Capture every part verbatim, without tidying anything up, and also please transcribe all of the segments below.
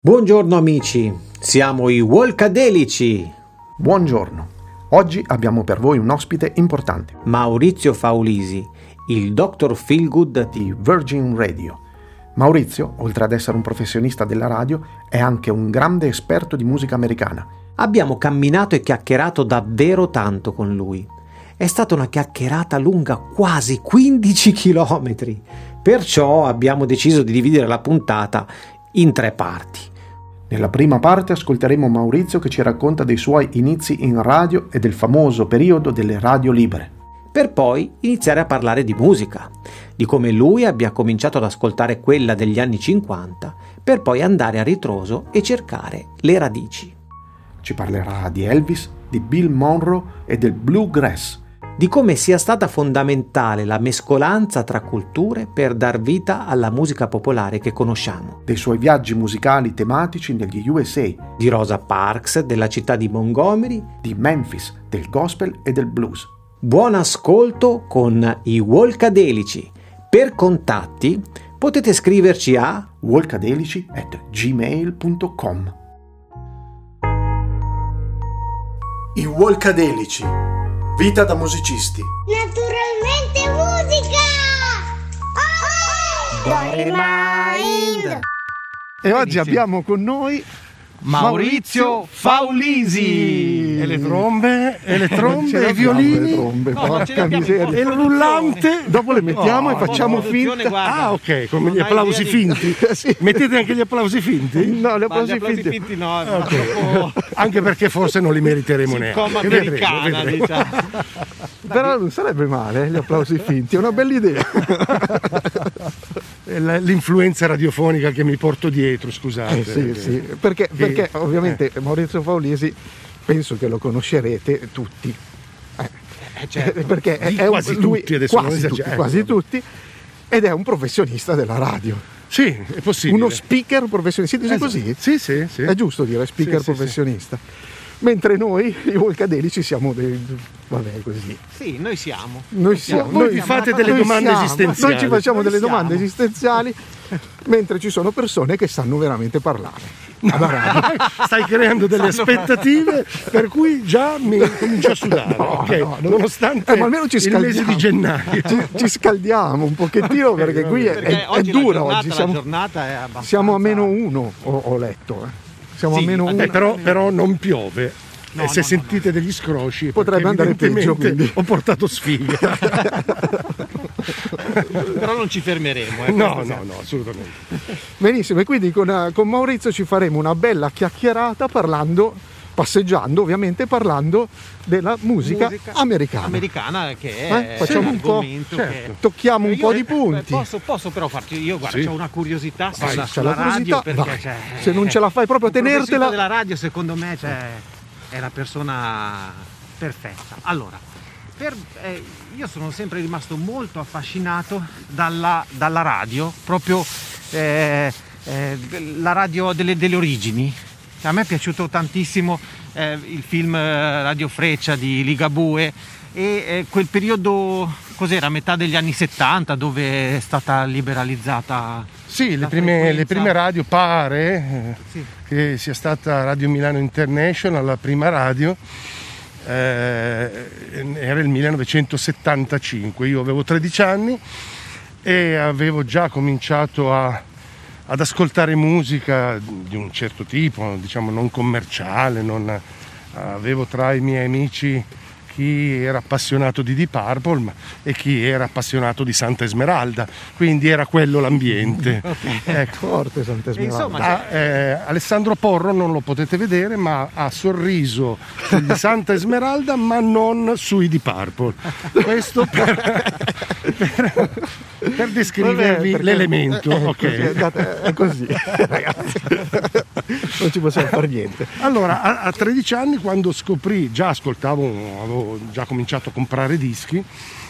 Buongiorno amici, siamo i Walkadelici. Buongiorno, oggi abbiamo per voi un ospite importante. Maurizio Faulisi, il doctor Feelgood di Virgin Radio. Maurizio, oltre ad essere un professionista della radio, è anche un grande esperto di musica americana. Abbiamo camminato e chiacchierato davvero tanto con lui. È stata una chiacchierata lunga quasi quindici chilometri, perciò abbiamo deciso di dividere la puntata in tre parti. Nella prima parte ascolteremo Maurizio che ci racconta dei suoi inizi in radio e del famoso periodo delle radio libere. Per poi iniziare a parlare di musica, di come lui abbia cominciato ad ascoltare quella degli anni cinquanta, per poi andare a ritroso e cercare le radici. Ci parlerà di Elvis, di Bill Monroe e del bluegrass. Di come sia stata fondamentale la mescolanza tra culture per dar vita alla musica popolare che conosciamo. Dei suoi viaggi musicali tematici negli U S A. Di Rosa Parks, della città di Montgomery. Di Memphis, del gospel e del blues. Buon ascolto con i Walkadelici. Per contatti potete scriverci a walkadelici at gmail punto com. I Walkadelici. Vita da musicisti. Naturalmente musica! Oh! Mind! E oggi abbiamo con noi Maurizio Faulisi. E le trombe, e le trombe, e i violini, le trombe, No, porca miseria. e il rullante. Dopo le mettiamo Oh, e facciamo la produzione, finta. guarda. Ah, ok, come Non gli hai applausi idea di- finti. Sì. Mettete anche gli applausi finti? No, le Ma gli applausi applausi finti. finti no, è Ok. troppo Anche perché forse non li meriteremo neanche. sitcom Vedremo, americana, vedremo. diciamo. Però non sarebbe male, eh, gli applausi finti, è una bella idea. È la- L'influenza radiofonica che mi porto dietro, scusate. Eh, sì, sì, perché, perché Sì. ovviamente Maurizio Faulisi penso che lo conoscerete tutti. Eh, certo. Perché è, Di è un- quasi lui- tutti, adesso non quasi tutti, esagero. quasi tutti, ed è un professionista della radio. Sì, è possibile. Uno speaker professionista, si dice Esatto. così? Sì, sì, sì. È giusto dire speaker Sì, sì, professionista. Mentre noi, i Walkadelici, siamo dei... vabbè, così. Sì, noi siamo. Noi siamo, Voi noi vi fate siamo- delle noi domande siamo- esistenziali. Noi ci facciamo Noi delle siamo. domande esistenziali, mentre ci sono persone che sanno veramente parlare. Alla radio. Stai creando delle aspettative per cui già mi comincio a sudare, No, ok? no, no. Nonostante Eh, ma almeno ci il mese scaldiamo. di gennaio. Ci, ci scaldiamo un pochettino perché qui è, Perché è, è oggi la dura. giornata, Oggi la siamo, giornata è abbastanza... siamo a meno uno, ho, ho letto. eh. Siamo Sì, a meno eh, uno. Eh, però, però non piove. No, e se no, no, sentite degli scrosci è Potrebbe perché andare peggio, evidentemente quindi. ho portato sfiga. Però non ci fermeremo. Eh, no, questo no, no, assolutamente. Benissimo, e quindi con, eh, con Maurizio ci faremo una bella chiacchierata parlando, passeggiando ovviamente, parlando della musica, Musica americana. americana che Eh, è facciamo un po', argomento certo. che... Tocchiamo un Io- po' di eh, punti. Posso, posso però farci io, guarda, Sì. ho una curiosità Vai, sulla, c'è sulla la curiosità, radio perché vai. cioè, Se non ce la fai proprio a un professionista tenertela- della radio secondo me cioè, è la persona perfetta. Allora, per, eh, io sono sempre rimasto molto affascinato dalla, dalla radio, proprio eh, eh, la radio delle, delle origini. A me è piaciuto tantissimo eh, il film eh, Radio Freccia di Ligabue e eh, quel periodo, cos'era, a metà degli anni settanta, dove è stata liberalizzata. Sì, le la prime, le frequenza. prime radio pare eh, Sì. che sia stata Radio Milano International, la prima radio, eh, era il millenovecentosettantacinque. Io avevo tredici anni e avevo già cominciato a, ad ascoltare musica di un certo tipo, diciamo non commerciale, non, avevo tra i miei amici chi era appassionato di Deep Purple ma- e chi era appassionato di Santa Esmeralda, quindi era quello l'ambiente. Ecco. Forte Santa Esmeralda. insomma, Ah, eh, Alessandro Porro non lo potete vedere, ma ha sorriso sugli Santa Esmeralda ma non sui Deep Purple. Questo per, per, per descrivervi Vabbè, perché- l'elemento. È, ok. così, andate- è così, ragazzi. Non ci possiamo fare niente. Allora, a, a tredici anni, quando scoprì, già ascoltavo, avevo già cominciato a comprare dischi,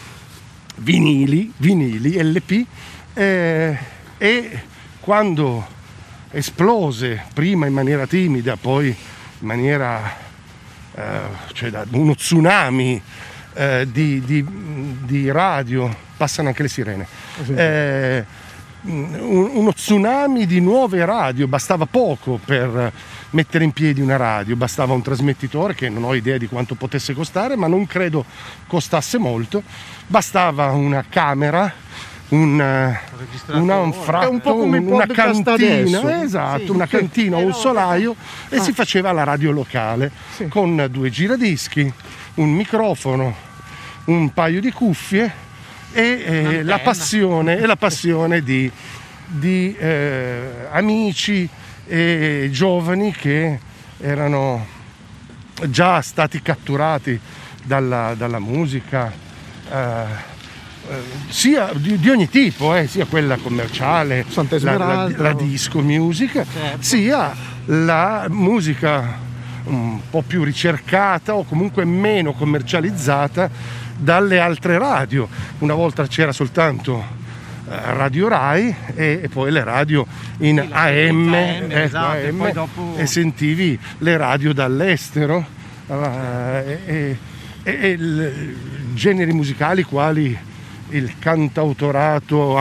vinili, vinili, L P, eh, e quando esplose, prima in maniera timida, poi in maniera, eh, cioè da uno tsunami eh, di, di, di radio, passano anche le sirene, eh, un, uno tsunami di nuove radio. Bastava poco per mettere in piedi una radio, bastava un trasmettitore che non ho idea di quanto potesse costare, ma non credo costasse molto, bastava una camera, un, una, un fratto, un po' come una cantina, adesso. esatto, Sì, una sì, cantina o un però- solaio e Ah. si faceva la radio locale Sì. con due giradischi, un microfono, un paio di cuffie e eh, Un'antenna. la passione e la passione di, di eh, amici e giovani che erano già stati catturati dalla, dalla musica eh, eh, sia di, di ogni tipo, eh, sia quella commerciale, Santa la, la, Esmeralda. la disco music, Certo. sia la musica un po' più ricercata o comunque meno commercializzata dalle altre radio. Una volta c'era soltanto eh, Radio Rai e, e poi le radio in Sì, la A M, frequenza A M, ecco, esatto, e A M, poi dopo- e sentivi le radio dall'estero eh, e, e, e il- generi musicali quali il cantautorato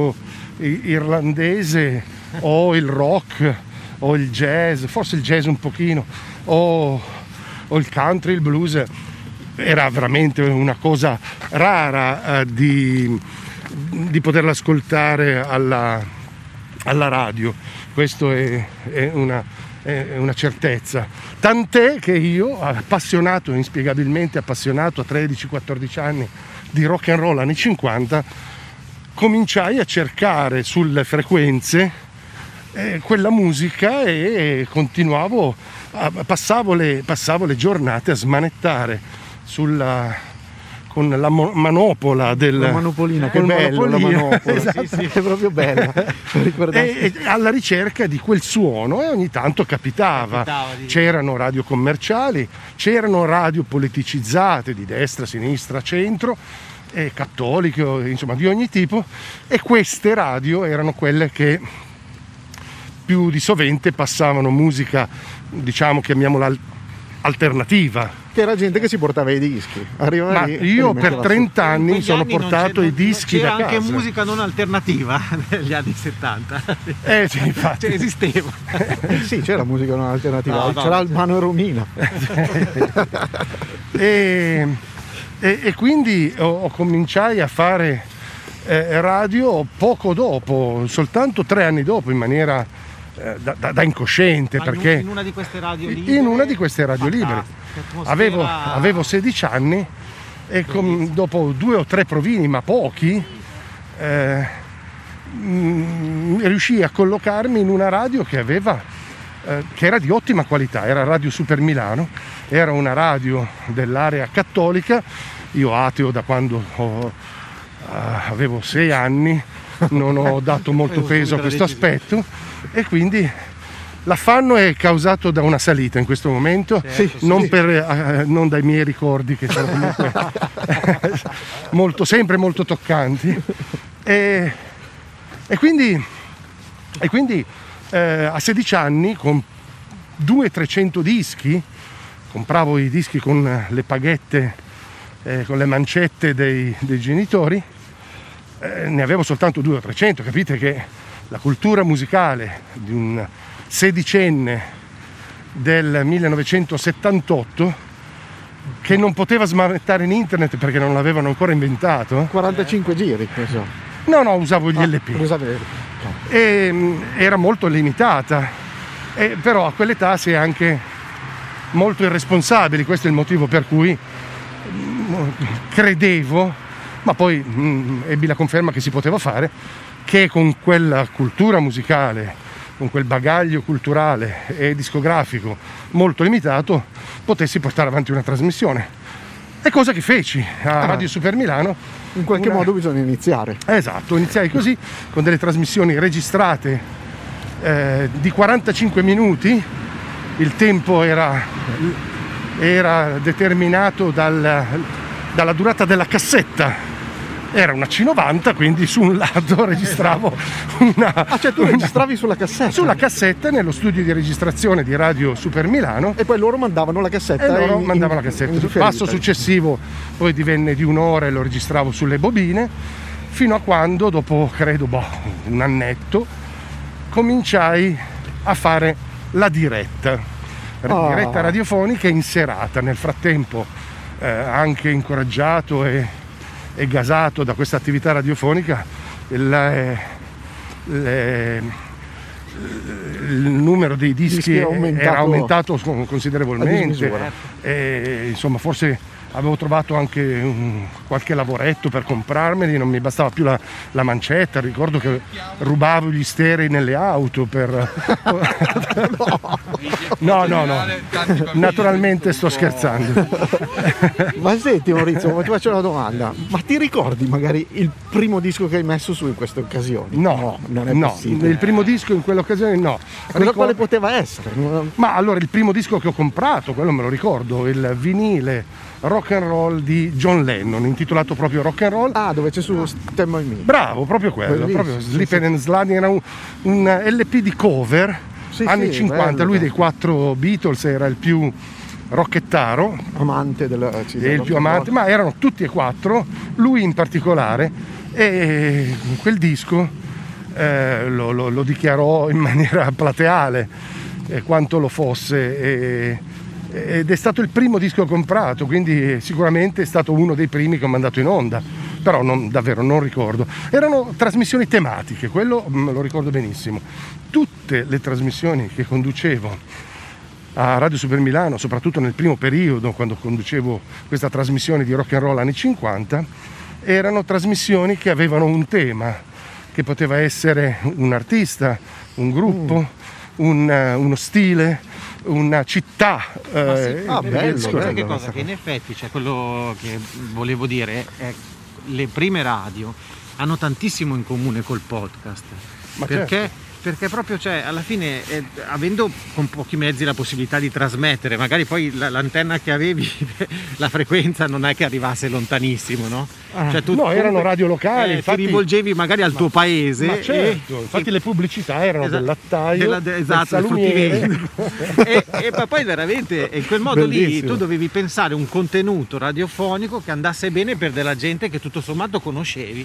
anglo-irlandese o il rock o il jazz, forse il jazz un pochino, o, o il country, il blues. Era veramente una cosa rara eh, di, di poterla ascoltare alla, alla radio. Questo è, è, una, è una certezza. Tant'è che io, appassionato, inspiegabilmente appassionato a tredici quattordici anni di rock and roll anni cinquanta, cominciai a cercare sulle frequenze eh, quella musica e continuavo, a, passavo, le, passavo le giornate a smanettare sulla, con la mo- manopola del... La manopolina, che col bello, la monopolino. manopola. Esatto. Sì, sì, è proprio bella. Ricordarsi. E, e alla ricerca di quel suono e ogni tanto capitava, Capitava di- c'erano radio commerciali, c'erano radio politicizzate di destra, sinistra, centro, e cattoliche, o, insomma di ogni tipo, e queste radio erano quelle che più di sovente passavano musica, diciamo, chiamiamola al- alternativa. Che era gente che si portava i dischi. Arrivava Ma lì e io li per metteva su. trenta In anni quegli sono anni non portato c'è- i dischi c'era da anche casa. musica non alternativa negli anni settanta. Eh sì, infatti. Cioè, esisteva. Eh sì, c'era musica non alternativa, No, no, c'era no. Albano e Romina. e, e- e quindi ho, ho cominciai a fare eh, radio poco dopo, soltanto tre anni dopo, in maniera eh, da, da- da incosciente, Ma in- perché in una di queste radio libere. in una di queste radio libere Fantastico, atmosfera- avevo, avevo sedici anni e com- dopo due o tre provini, ma pochi, eh, mm, riuscii a collocarmi in una radio che aveva eh, che era di ottima qualità, era Radio Super Milano, era una radio dell'area cattolica. Io ateo da quando ho, eh, avevo sei anni, non ho dato molto Avevo peso a subito questo la decisione. aspetto e quindi l'affanno è causato da una salita in questo momento, Certo, non, sì. per, eh, non dai miei ricordi che sono comunque molto, sempre molto toccanti. E, e quindi, e quindi eh, a sedici anni con duecento trecento dischi, compravo i dischi con le paghette, eh, con le mancette dei, dei genitori, eh, ne avevo soltanto duecento o trecento. Capite che la cultura musicale di un sedicenne del millenovecentosettantotto, che non poteva smanettare in internet perché non l'avevano ancora inventato, quarantacinque giri, penso. no no usavo gli L P, Ah, usate- e mh, era molto limitata, e, però a quell'età si è anche molto irresponsabili. Questo è il motivo per cui mh, credevo, ma poi mh, ebbi la conferma che si poteva fare, che con quella cultura musicale, con quel bagaglio culturale e discografico molto limitato, potessi portare avanti una trasmissione. È cosa che feci a Ah. Radio Super Milano. In qualche Una- modo bisogna iniziare. Esatto, iniziai così, con delle trasmissioni registrate eh, di quarantacinque minuti. Il tempo era, era determinato dal- dalla durata della cassetta. Era una C novanta, quindi su un lato registravo una, Ah, cioè tu una- registravi sulla cassetta? sulla cassetta nello studio di registrazione di Radio Super Milano. E poi loro mandavano la cassetta. E loro in- mandavano la in- cassetta. in Il differita. passo successivo poi divenne di un'ora e lo registravo sulle bobine. fino a quando, dopo credo boh, un annetto, cominciai a fare la diretta, Oh. diretta radiofonica in serata. Nel frattempo, eh, anche incoraggiato e, e gasato da questa attività radiofonica, le, le, il numero dei dischi, dischi è aumentato, era aumentato considerevolmente, e, insomma, forse avevo trovato anche un, qualche lavoretto per comprarmeli, non mi bastava più la, la mancetta. Ricordo che rubavo gli sterei nelle auto per... no, no, no, naturalmente sto scherzando. Ma senti Maurizio, ti faccio una domanda, ma ti ricordi magari il primo disco che hai messo su in queste occasioni? No, non è no, possibile. il primo disco in quell'occasione no. Cosa Ricor- quale poteva essere? Ma allora il primo disco che ho comprato, quello me lo ricordo, il vinile rock and roll di John Lennon, intitolato proprio Rock and Roll. Ah, dove c'è su Stand By Me. Bravo, proprio quello, Bellissimo, proprio sì, Sleep sì. and Sliding, era un, un L P di cover, Sì, anni sì, cinquanta, bello, lui bello. dei quattro Beatles era il più rockettaro, Amante del, sì, e del il rock più and amante, roll. ma erano tutti e quattro, lui in particolare, e quel disco eh, lo, lo, lo dichiarò in maniera plateale, eh, quanto lo fosse, e, ed è stato il primo disco che ho comprato, quindi sicuramente è stato uno dei primi che ho mandato in onda, però non, davvero non ricordo. Erano trasmissioni tematiche, quello me lo ricordo benissimo. Tutte le trasmissioni che conducevo a Radio Super Milano, soprattutto nel primo periodo, quando conducevo questa trasmissione di rock and roll anni cinquanta, erano trasmissioni che avevano un tema, che poteva essere un artista, un gruppo, mm. un, uno stile, una città. Ma sì, eh, ah, e bello, via bello. discorrendo. che cosa? Che in effetti c'è quello che volevo dire, è le prime radio hanno tantissimo in comune col podcast. Ma perché? certo. Perché proprio, cioè, alla fine, eh, avendo con pochi mezzi la possibilità di trasmettere, magari poi la, l'antenna che avevi, la frequenza non è che arrivasse lontanissimo, no? Ah, Cioè, tu no, comunque, erano radio locali, eh, infatti- ti rivolgevi magari al Ma- tuo paese. Ma certo, e- infatti e- le pubblicità erano Esatto, del lattaio, della- de- esatto, del del salumiere. fruttivendolo. e, e ma poi veramente in quel modo lì Bellissimo. tu dovevi pensare un contenuto radiofonico che andasse bene per della gente che tutto sommato conoscevi.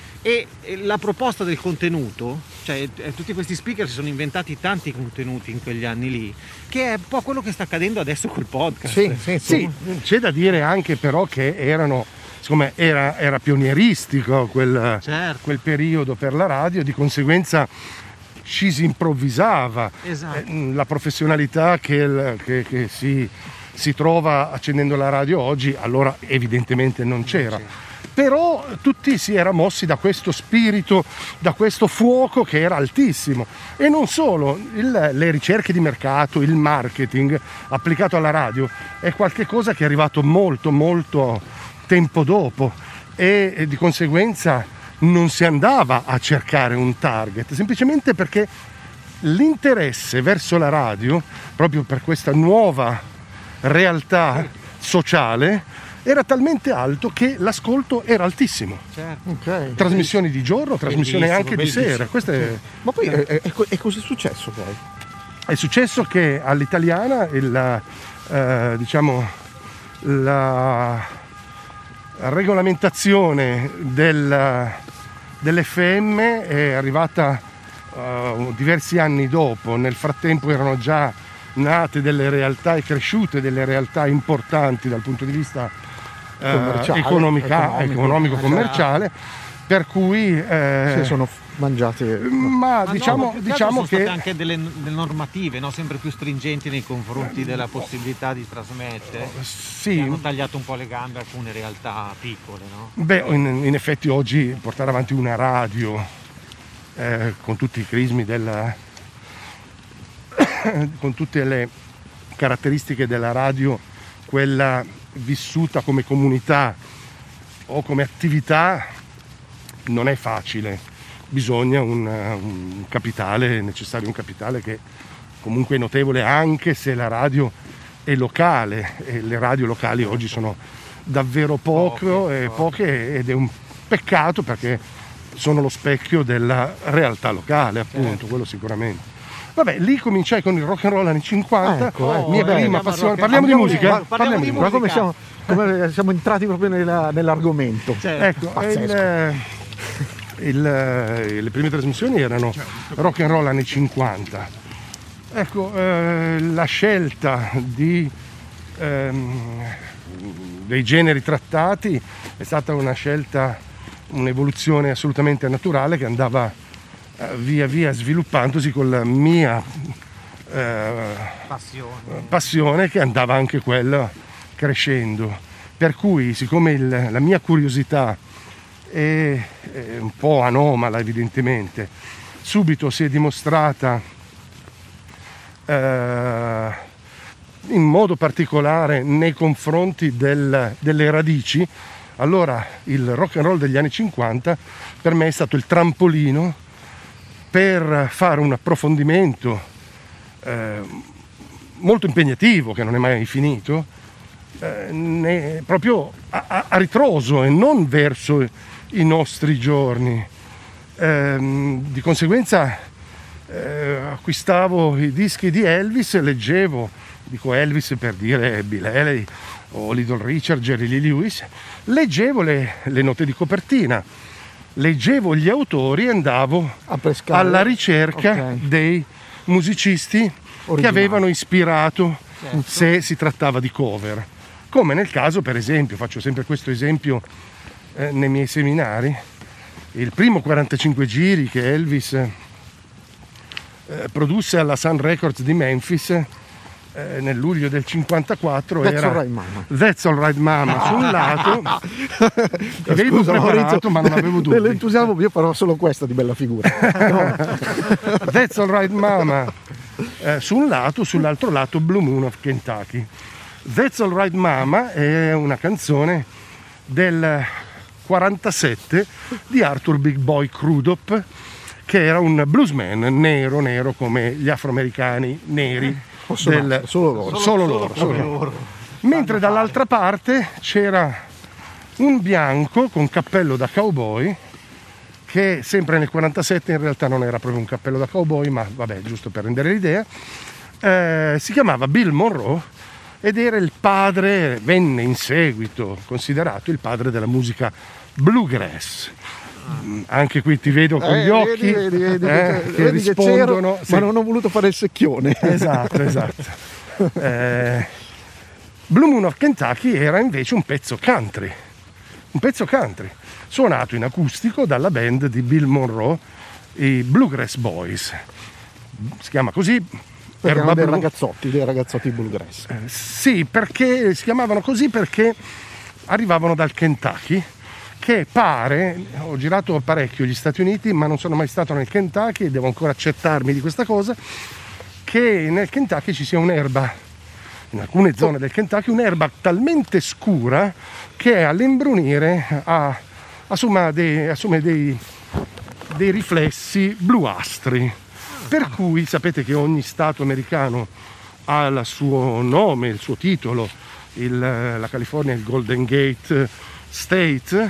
E e la proposta del contenuto, cioè eh, tutti questi speaker si sono inventati tanti contenuti in quegli anni lì, che è un po' quello che sta accadendo adesso col podcast. Sì, sì, Sì, c'è da dire anche però che erano, siccome era, era pionieristico quel, Certo. quel periodo per la radio, di conseguenza ci si improvvisava. Esatto. Eh, la professionalità che, il- che- che si, si trova accendendo la radio oggi, allora evidentemente non c'era. Però tutti si era mossi da questo spirito, da questo fuoco che era altissimo. E non solo, il- le ricerche di mercato, il marketing applicato alla radio è qualcosa che è arrivato molto molto tempo dopo, e, e di conseguenza non si andava a cercare un target, semplicemente perché l'interesse verso la radio, proprio per questa nuova realtà sociale, era talmente alto che l'ascolto era altissimo. Certo. Ok. Trasmissioni di giorno, trasmissioni Bellissimo, anche di bellissimo. sera. Questo è, Ma poi e, e, e cosa è successo poi? è successo che all'italiana il, eh, diciamo, la regolamentazione del, dell'F M è arrivata eh, diversi anni dopo. Nel frattempo erano già nate delle realtà e cresciute delle realtà importanti dal punto di vista eh, Commerciale, economica- economico, economico-commerciale, per cui eh, Si sono f- mangiate. ma Ma diciamo, no, ma più che altro diciamo sono state che anche delle, delle normative, no? Sempre più stringenti nei confronti della possibilità di trasmettere, che sì, hanno tagliato un po' le gambe a alcune realtà piccole, no? beh, in, in effetti oggi portare avanti una radio eh, con tutti i crismi della con tutte le caratteristiche della radio, quella vissuta come comunità o come attività, non è facile. Bisogna un, un capitale, è necessario un capitale che comunque è notevole, anche se la radio è locale, e le radio locali oggi sono davvero poco, Poche, e poche. poche, ed è un peccato perché sono lo specchio della realtà locale, appunto, Certo. quello sicuramente. Vabbè, lì cominciai con il rock and roll anni cinquanta, Ecco, ecco, mia bene. prima Andiamo al passione. rock and Parliamo di roll. musica? Parliamo Parliamo di di Ma musica. come siamo, come siamo entrati proprio nella- nell'argomento? Certo. Ecco, Pazzesco. il, il, le prime trasmissioni erano rock and roll anni cinquanta. Ecco, eh, la scelta di, ehm, dei generi trattati è stata una scelta, un'evoluzione assolutamente naturale che andava eh, via via sviluppandosi con la mia eh, Passione. passione, che andava anche quella crescendo. Per cui, siccome il, la mia curiosità è, è un po' anomala evidentemente, subito si è dimostrata eh, in modo particolare nei confronti del, delle radici. Allora il rock and roll degli anni cinquanta per me è stato il trampolino per fare un approfondimento eh, molto impegnativo, che non è mai finito, eh, ne, proprio a, a, a ritroso e non verso i nostri giorni. Eh, di conseguenza eh, acquistavo i dischi di Elvis e leggevo, dico Elvis per dire Bill Haley o Little Richard, Jerry Lee Lewis, leggevo le, le note di copertina, leggevo gli autori e andavo A pescare. alla ricerca Ok. dei musicisti Originali. che avevano ispirato, Certo. se si trattava di cover, come nel caso, per esempio, faccio sempre questo esempio eh, nei miei seminari, il primo quarantacinque giri che Elvis eh, produsse alla Sun Records di Memphis eh, nel luglio del cinquantaquattro That's era All Right Mama. That's All Right Mama sul lato. Ti vedo Scusa, preparato, Maurizio, ma non avevo dubbi. nell'entusiasmo io farò solo questa di bella figura. No. That's All Right Mama eh, su un lato, sull'altro lato Blue Moon of Kentucky. That's All Right Mama è una canzone del quarantasette di Arthur Big Boy Crudup, che era un bluesman nero nero come gli afroamericani neri Posso del, solo loro. solo loro, solo loro. Mentre dall'altra parte c'era un bianco con cappello da cowboy, che sempre nel quarantasette in realtà non era proprio un cappello da cowboy, ma vabbè, giusto per rendere l'idea, eh, si chiamava Bill Monroe ed era il padre, venne in seguito considerato il padre della musica bluegrass. Mm, Anche qui ti vedo con Eh, gli occhi vedi, vedi, vedi, eh, vedi che che rispondono. c'ero, Sì. ma non ho voluto fare il secchione. Esatto, esatto. Eh, Blue Moon of Kentucky era invece un pezzo country, un pezzo country, suonato in acustico dalla band di Bill Monroe, i Bluegrass Boys. Si chiama così. Perché erano Erba dei blu. ragazzotti, dei ragazzotti bluegrass. Eh, Sì, perché si chiamavano così perché arrivavano dal Kentucky, che pare, ho girato parecchio gli Stati Uniti, ma non sono mai stato nel Kentucky e devo ancora accertarmi di questa cosa, che nel Kentucky ci sia un'erba, in alcune zone del Kentucky, un'erba talmente scura che all'imbrunire ha, assume, dei, assume dei, dei riflessi bluastri. Per cui sapete che ogni stato americano ha il suo nome, il suo titolo. Il, la California è il Golden Gate State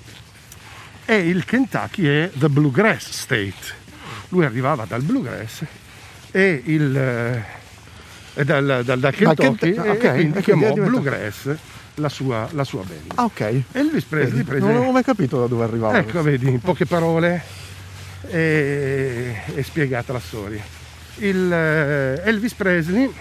e il Kentucky è the Bluegrass State. Lui arrivava dal Bluegrass e il, eh, dal, dal, dal Kentucky Kent- e, ok, e quindi e quindi chiamò è diventato- Bluegrass la sua, la sua band. Ah, ok. Elvis Presley prese... Non avevo mai capito da dove arrivava. Ecco, vedi, in poche parole è, è spiegata la storia. Il eh, Elvis Presley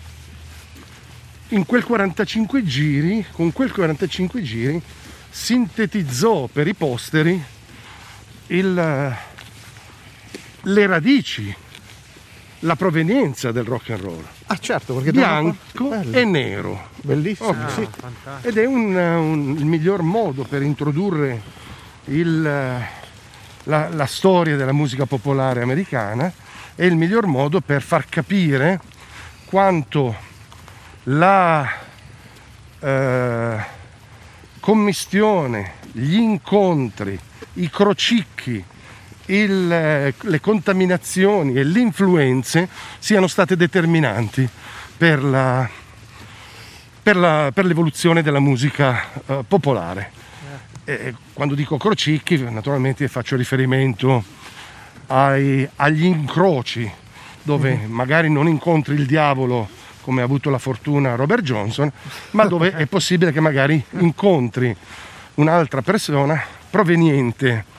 in quel quarantacinque giri, con quel quarantacinque giri, sintetizzò per i posteri il, le radici, la provenienza del rock and roll, Ah, certo, perché bianco Bello. e nero. Bellissimo. Ok. Sì. Fantastico. Ed è un, un- il miglior modo per introdurre il, la, la storia della musica popolare americana, è il miglior modo per far capire quanto la eh, commistione, gli incontri, i crocicchi, il, le contaminazioni e le influenze siano state determinanti per la Per, la, per l'evoluzione della musica eh, popolare. E quando dico crocicchi, naturalmente faccio riferimento ai, agli incroci, dove magari non incontri il diavolo come ha avuto la fortuna Robert Johnson, ma dove è possibile che magari incontri un'altra persona proveniente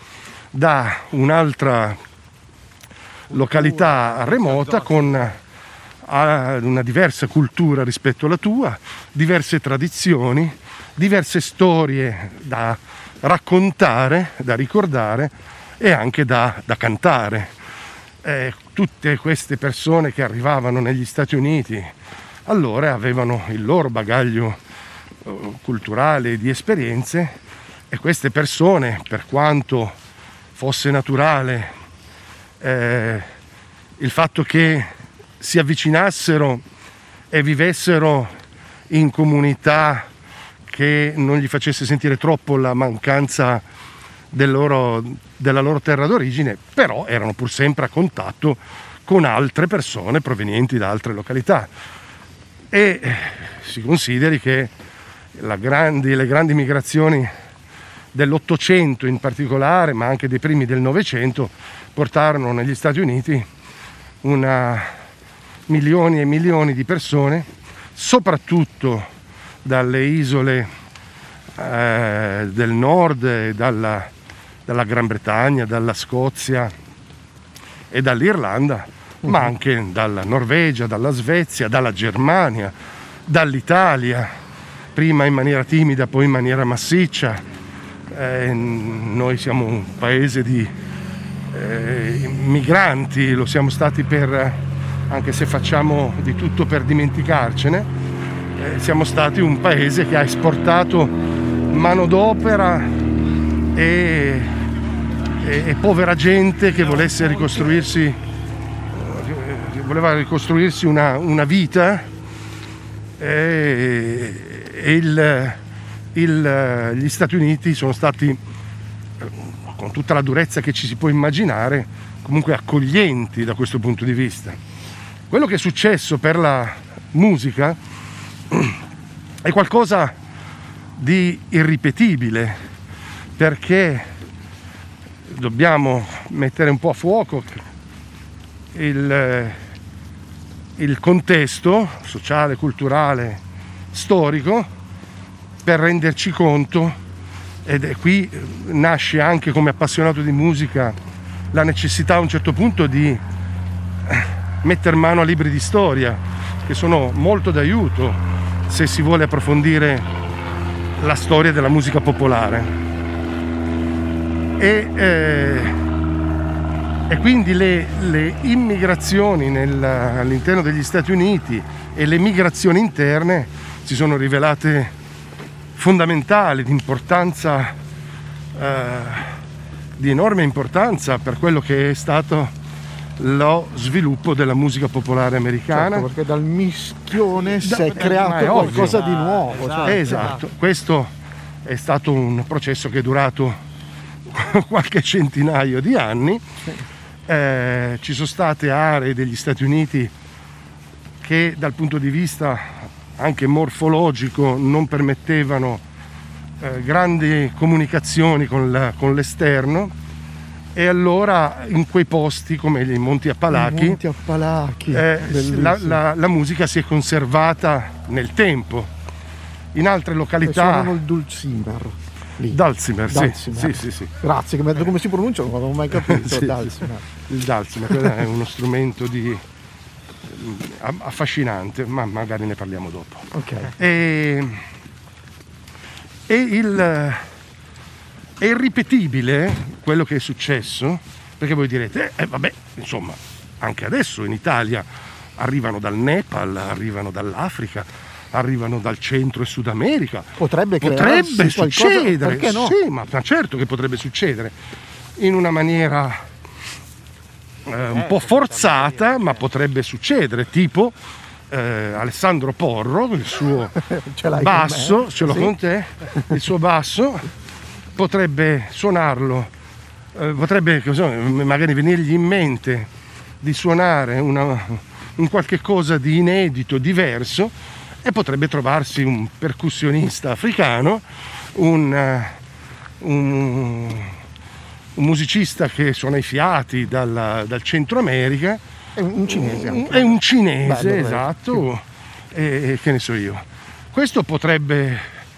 da un'altra località remota con una diversa cultura rispetto alla tua, diverse tradizioni, diverse storie da raccontare, da ricordare e anche da, da cantare. Eh, tutte queste persone che arrivavano negli Stati Uniti allora avevano il loro bagaglio eh, culturale e di esperienze, e queste persone, per quanto fosse naturale eh, il fatto che si avvicinassero e vivessero in comunità che non gli facesse sentire troppo la mancanza del loro, della loro terra d'origine, però erano pur sempre a contatto con altre persone provenienti da altre località. E si consideri che la grandi, le grandi migrazioni dell'Ottocento in particolare, ma anche dei primi del Novecento, portarono negli Stati Uniti una milioni e milioni di persone, soprattutto dalle isole eh, del nord, dalla, dalla Gran Bretagna, dalla Scozia e dall'Irlanda, uh-huh. ma anche dalla Norvegia, dalla Svezia, dalla Germania, dall'Italia, prima in maniera timida, poi in maniera massiccia. Eh, noi siamo un paese di eh, migranti, lo siamo stati per, anche se facciamo di tutto per dimenticarcene, eh, siamo stati un paese che ha esportato manodopera e, e, e povera gente che volesse ricostruirsi, che voleva ricostruirsi una, una vita, e, e il Il, gli Stati Uniti sono stati, con tutta la durezza che ci si può immaginare, comunque accoglienti da questo punto di vista. Quello che è successo per la musica è qualcosa di irripetibile, perché dobbiamo mettere un po' a fuoco il, il contesto sociale, culturale, storico, per renderci conto, ed qui nasce anche come appassionato di musica la necessità a un certo punto di mettere mano a libri di storia, che sono molto d'aiuto se si vuole approfondire la storia della musica popolare. E, eh, e quindi le, le immigrazioni nel, all'interno degli Stati Uniti e le migrazioni interne si sono rivelate fondamentali, di importanza, eh, di enorme importanza per quello che è stato lo sviluppo della musica popolare americana. Certo, perché dal mischione da, si è creato è qualcosa ovvio. di nuovo. Esatto, cioè. Esatto, questo è stato un processo che è durato qualche centinaio di anni. Eh, ci sono state aree degli Stati Uniti che dal punto di vista anche morfologico non permettevano eh, grandi comunicazioni con, la, con l'esterno, e allora in quei posti come i Monti Appalachi, I Monti Appalachi eh, la, la, la musica si è conservata nel tempo. In altre località suonano il dulcimer lì. Dulcimer, Dulcimer. Sì, sì, sì, sì. Grazie, che mi ha detto come si pronuncia, non avevo mai capito. Sì, Dulcimer. il dulcimer è uno strumento di affascinante, ma magari ne parliamo dopo. Ok. E, e il è irripetibile quello che è successo, perché voi direte eh vabbè, insomma, anche adesso in Italia arrivano dal Nepal, arrivano dall'Africa, arrivano dal Centro e Sud America. Potrebbe potrebbe succedere, perché no? Sì, ma certo che potrebbe succedere in una maniera Eh, un po' forzata, ma potrebbe succedere, tipo eh, Alessandro Porro, il suo basso, ce l'ho sì. con te, il suo basso potrebbe suonarlo, eh, potrebbe magari venirgli in mente di suonare una, un qualche cosa di inedito, diverso, e potrebbe trovarsi un percussionista africano, un, un un musicista che suona i fiati dal, dal Centro America, è un cinese anche. È un cinese, Bello, esatto, e, e che ne so io. Questo potrebbe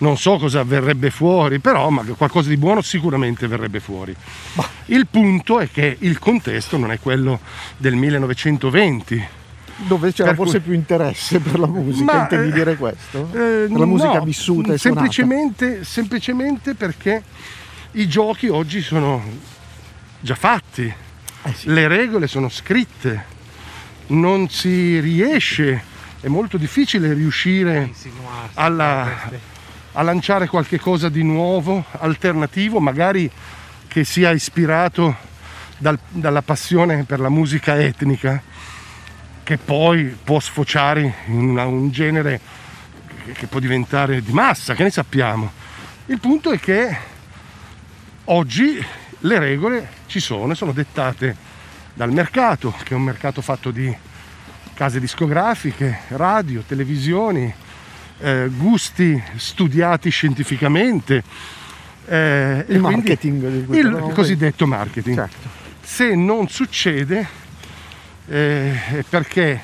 non so cosa verrebbe fuori, però ma qualcosa di buono sicuramente verrebbe fuori. Bah. Il punto è che il contesto non è quello del millenovecentoventi, dove c'era per forse cui... più interesse per la musica, Ma, intendi eh, dire questo? Eh, per la musica no, vissuta e semplicemente, semplicemente perché i giochi oggi sono già fatti, eh sì. Le regole sono scritte, non si riesce, è molto difficile riuscire alla, a lanciare qualche cosa di nuovo, alternativo, magari che sia ispirato dal, dalla passione per la musica etnica, che poi può sfociare in una, un genere che, che può diventare di massa, che ne sappiamo. Il punto è che oggi le regole ci sono, sono dettate dal mercato, che è un mercato fatto di case discografiche, radio, televisioni, eh, gusti studiati scientificamente, eh, Il e marketing quindi di cui il parlavamo cosiddetto marketing. Certo. Se non succede eh, è perché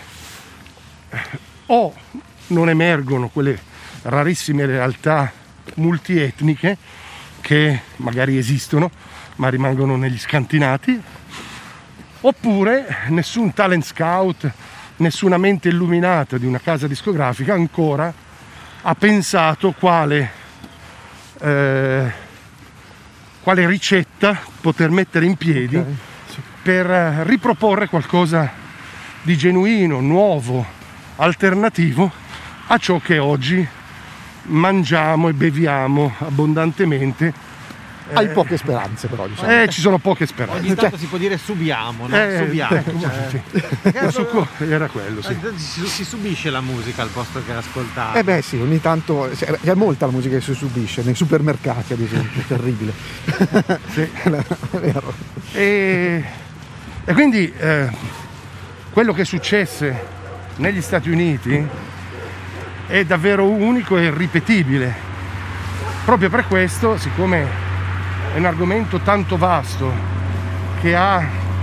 o non emergono quelle rarissime realtà multietniche che magari esistono ma rimangono negli scantinati, oppure nessun talent scout, nessuna mente illuminata di una casa discografica ancora ha pensato quale, eh, quale ricetta poter mettere in piedi, Okay, sì. per riproporre qualcosa di genuino, nuovo, alternativo a ciò che oggi mangiamo e beviamo abbondantemente. Hai poche speranze però, diciamo. Eh, ci sono poche speranze. Ogni tanto si può dire subiamo, no? Eh, Subiamo. ecco, Cioè, sì. perché Ma su co- era quello, sì. si, si subisce la musica al posto che ascoltare. Eh beh sì, ogni tanto c'è molta la musica che si subisce, nei supermercati ad esempio, terribile. Sì. È vero. E, e quindi eh, quello che successe negli Stati Uniti è davvero unico e irripetibile. Proprio per questo, siccome è un argomento tanto vasto che ha,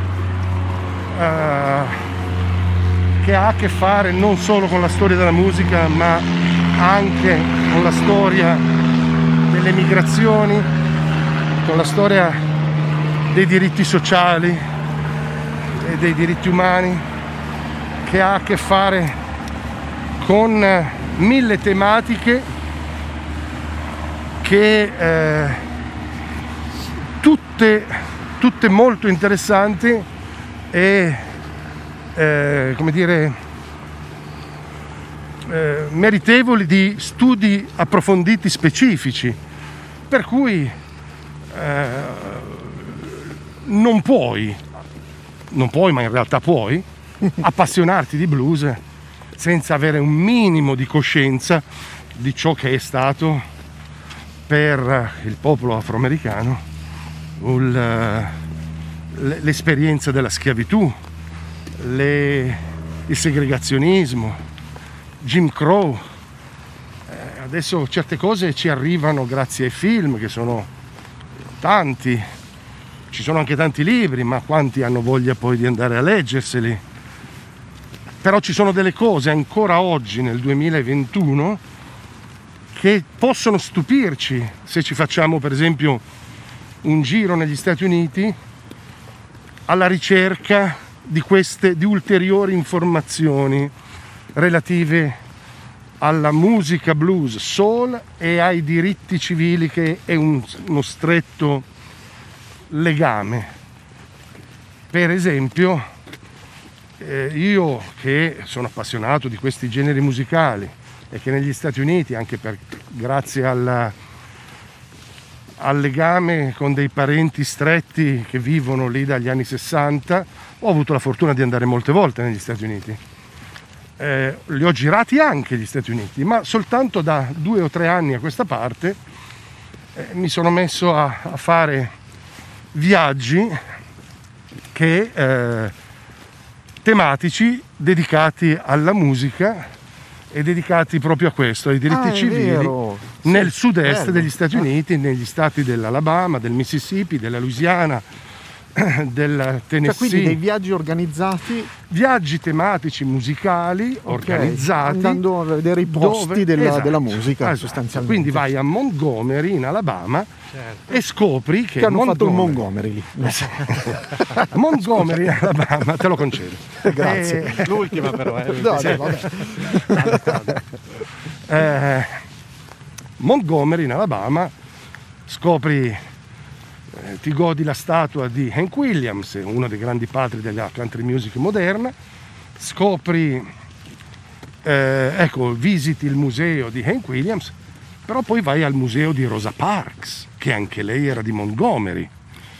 eh, che ha a che fare non solo con la storia della musica, ma anche con la storia delle migrazioni, con la storia dei diritti sociali e dei diritti umani, che ha a che fare con mille tematiche che eh, tutte, tutte molto interessanti e eh, come dire eh, meritevoli di studi approfonditi specifici, per cui eh, non puoi non puoi ma in realtà puoi appassionarti di blues senza avere un minimo di coscienza di ciò che è stato per il popolo afroamericano l'esperienza della schiavitù, le, il segregazionismo, Jim Crow. Eh, adesso certe cose ci arrivano grazie ai film, che sono tanti, ci sono anche tanti libri, ma quanti hanno voglia poi di andare a leggerseli? Però ci sono delle cose ancora oggi nel duemilaventuno che possono stupirci se ci facciamo per esempio un giro negli Stati Uniti alla ricerca di queste di ulteriori informazioni relative alla musica blues, soul e ai diritti civili, che è un, uno stretto legame. Per esempio, eh, io che sono appassionato di questi generi musicali e che negli Stati Uniti, anche per, grazie alla al legame con dei parenti stretti che vivono lì dagli anni sessanta, ho avuto la fortuna di andare molte volte negli Stati Uniti. Eh, li ho girati anche gli Stati Uniti, ma soltanto da due o tre anni a questa parte eh, mi sono messo a, a fare viaggi che, eh, tematici dedicati alla musica e dedicati proprio a questo, ai diritti Ah, è civili vero. nel Sì, sud-est bello. degli Stati Uniti, negli stati dell'Alabama, del Mississippi, della Louisiana, del Tennessee. Cioè, quindi dei viaggi organizzati, viaggi tematici musicali okay, organizzati, andando a vedere i posti dove, della, esatto, della musica, esatto. sostanzialmente. Quindi vai a Montgomery in Alabama, certo, e scopri che, che hanno Montgomery, fatto il Montgomery lì. Montgomery in Alabama, te lo concedo. Grazie. E... l'ultima però, eh. No, no, vabbè. eh, Montgomery in Alabama, scopri, eh, ti godi la statua di Hank Williams, uno dei grandi padri della country music moderna, scopri, eh, ecco, visiti il museo di Hank Williams, però poi vai al museo di Rosa Parks, che anche lei era di Montgomery.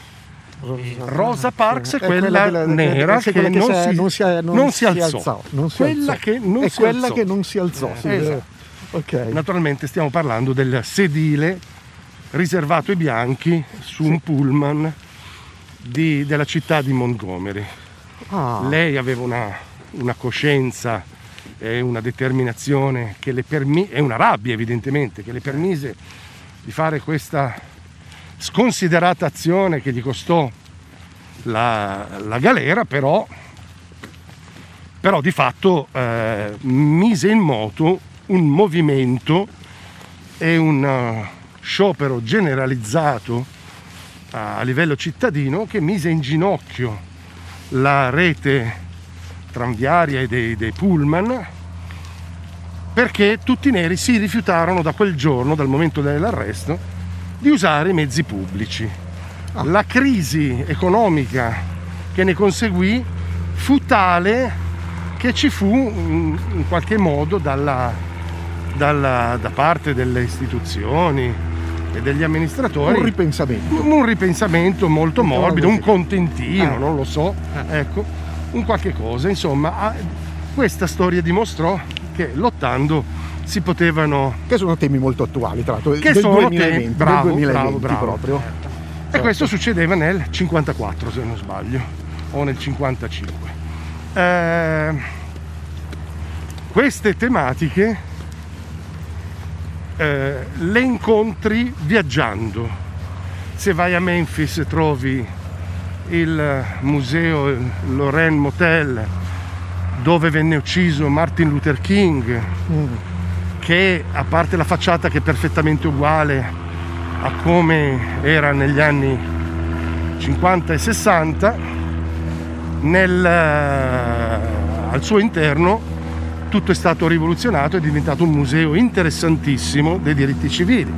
Rosa Parks è quella, quella della, nera che, che, non, si, non si, non non si alzò, alzò. Non si quella alzò. Che non è si quella alzò. che non si alzò, sì, esatto. Okay. Naturalmente stiamo parlando del sedile riservato ai bianchi su sì. un pullman di, della città di Montgomery. Ah. Lei aveva una, una coscienza e una determinazione che le permise, e una rabbia evidentemente, che le permise di fare questa sconsiderata azione che gli costò la, la galera, però, però di fatto eh, mise in moto un movimento e un uh, sciopero generalizzato a livello cittadino che mise in ginocchio la rete tranviaria e dei, dei pullman, perché tutti i neri si rifiutarono da quel giorno, dal momento dell'arresto, di usare i mezzi pubblici. Ah. La crisi economica che ne conseguì fu tale che ci fu in, in qualche modo dalla Dalla, da parte delle istituzioni e degli amministratori un ripensamento un ripensamento molto morbido, un contentino, eh. non lo so, ecco, un qualche cosa, insomma. Questa storia dimostrò che lottando si potevano, che sono temi molto attuali, tra l'altro, che del sono duemilaventi, temi, bravo, del duemilaventi bravo, bravo, proprio. certo. E certo. questo succedeva nel cinquantaquattro, se non sbaglio, o nel cinquantacinque. Eh, queste tematiche Eh, le incontri viaggiando. Se vai a Memphis trovi il museo il Lorraine Motel, dove venne ucciso Martin Luther King, mm. che, a parte la facciata che è perfettamente uguale a come era negli anni cinquanta e sessanta, nel, al suo interno tutto è stato rivoluzionato, è diventato un museo interessantissimo dei diritti civili.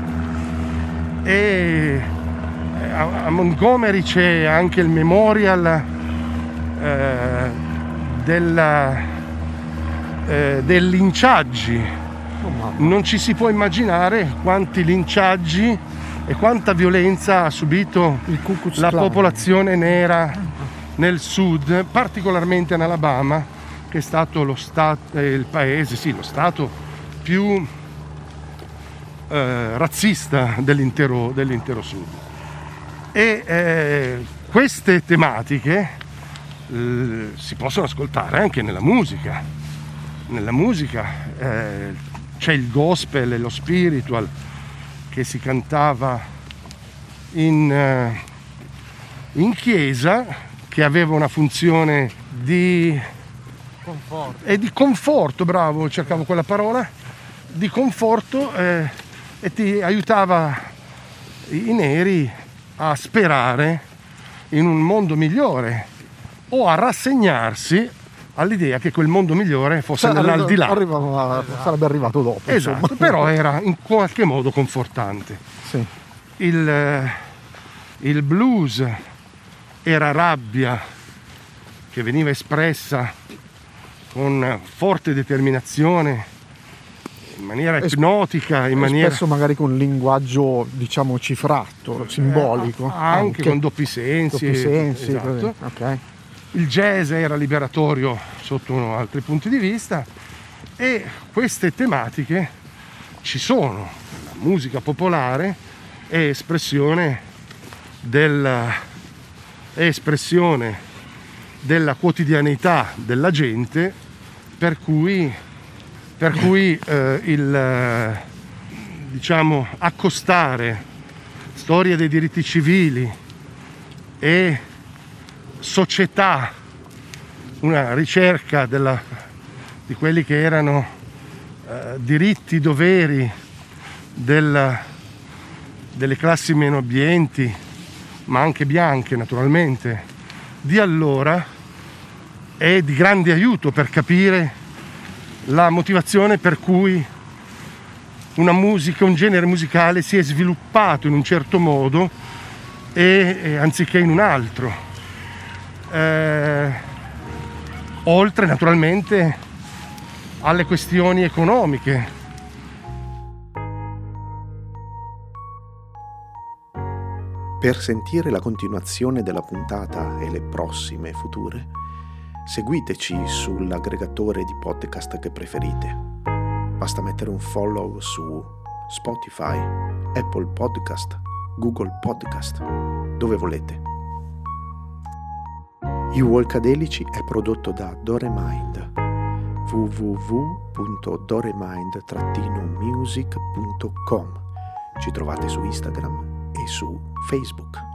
E a, a Montgomery c'è anche il memorial eh, della, eh, del linciaggi. Non ci si può immaginare quanti linciaggi e quanta violenza ha subito la popolazione nera nel sud, particolarmente in Alabama, che è stato lo stato, eh, il paese, sì, lo stato più eh, razzista dell'intero, dell'intero sud. E eh, queste tematiche eh, si possono ascoltare anche nella musica. Nella musica eh, c'è il gospel e lo spiritual che si cantava in, eh, in chiesa, che aveva una funzione di conforto. E di conforto, bravo, cercavo quella parola, di conforto, eh, e ti aiutava i neri a sperare in un mondo migliore o a rassegnarsi all'idea che quel mondo migliore fosse Sa- nell'aldilà. Arriva, esatto. Sarebbe arrivato dopo. Esatto, insomma. Però era in qualche modo confortante. Sì. Il, il blues era rabbia che veniva espressa con forte determinazione, in maniera ipnotica, in maniera... spesso magari con un linguaggio, diciamo, cifrato, simbolico. Eh, anche, anche con doppi sensi. Doppi sensi, esatto. Okay. Il jazz era liberatorio sotto altri punti di vista, e queste tematiche ci sono. La musica popolare è espressione della, è espressione della quotidianità della gente, per cui, per cui eh, il eh, diciamo accostare storia dei diritti civili e società, una ricerca della, di quelli che erano eh, diritti, doveri della, delle classi meno abbienti, ma anche bianche naturalmente, di allora, è di grande aiuto per capire la motivazione per cui una musica, un genere musicale si è sviluppato in un certo modo e, e anziché in un altro. Eh, oltre naturalmente alle questioni economiche. Per sentire la continuazione della puntata e le prossime future, seguiteci sull'aggregatore di podcast che preferite. Basta mettere un follow su Spotify, Apple Podcast, Google Podcast, dove volete. I Walkadelici è prodotto da Doremind, w w w punto doremind music punto com. Ci trovate su Instagram e su Facebook.